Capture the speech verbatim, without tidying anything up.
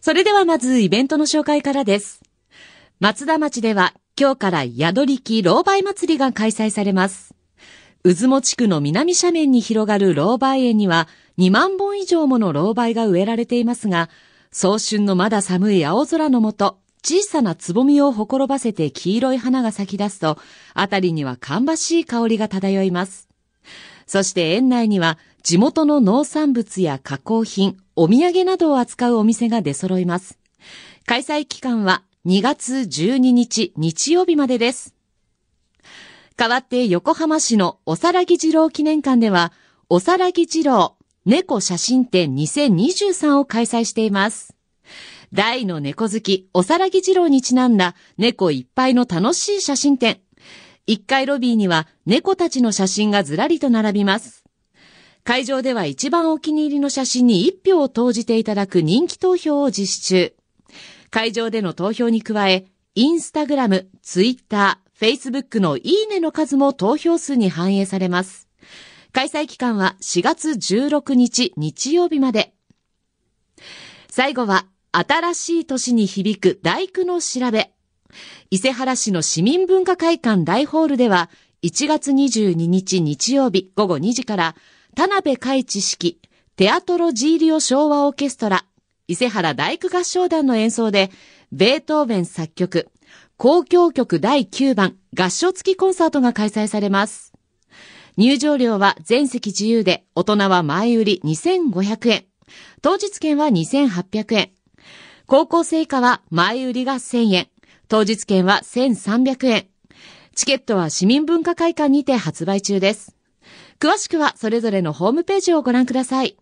それではまずイベントの紹介からです。松田町では今日から宿力老梅祭りが開催されます。うずも地区の南斜面に広がる老梅園にはにまんぼん以上もの老梅が植えられていますが、早春のまだ寒い青空の下、小さなつぼみをほころばせて黄色い花が咲き出すと、あたりには芳しい香りが漂います。そして園内には地元の農産物や加工品、お土産などを扱うお店が出揃います。開催期間はにがつじゅうににち日曜日までです。代わって横浜市のおさらぎ二郎記念館では、おさらぎ二郎猫写真展にせんにじゅうさんを開催しています。大の猫好きおさらぎ二郎にちなんだ猫いっぱいの楽しい写真展。いっかいロビーには猫たちの写真がずらりと並びます。会場では一番お気に入りの写真にいち票を投じていただく人気投票を実施中。会場での投票に加え、インスタグラム、ツイッター、フェイスブックのいいねの数も投票数に反映されます。開催期間はしがつじゅうろくにち日曜日まで。最後は、新しい年に響く第九の調べ。伊勢原市の市民文化会館大ホールでは、いちがつにじゅうににち日曜日ごごにじから、田辺海知式、テアトロジーリオ昭和オーケストラ、伊勢原大工合唱団の演奏で、ベートーベン作曲、交響曲だいきゅうばん合唱付きコンサートが開催されます。入場料は全席自由で、大人は前売りにせんごひゃくえん、当日券はにせんはっぴゃくえん、高校生以下は前売りがせんえん、当日券はせんさんびゃくえん。チケットは市民文化会館にて発売中です。詳しくはそれぞれのホームページをご覧ください。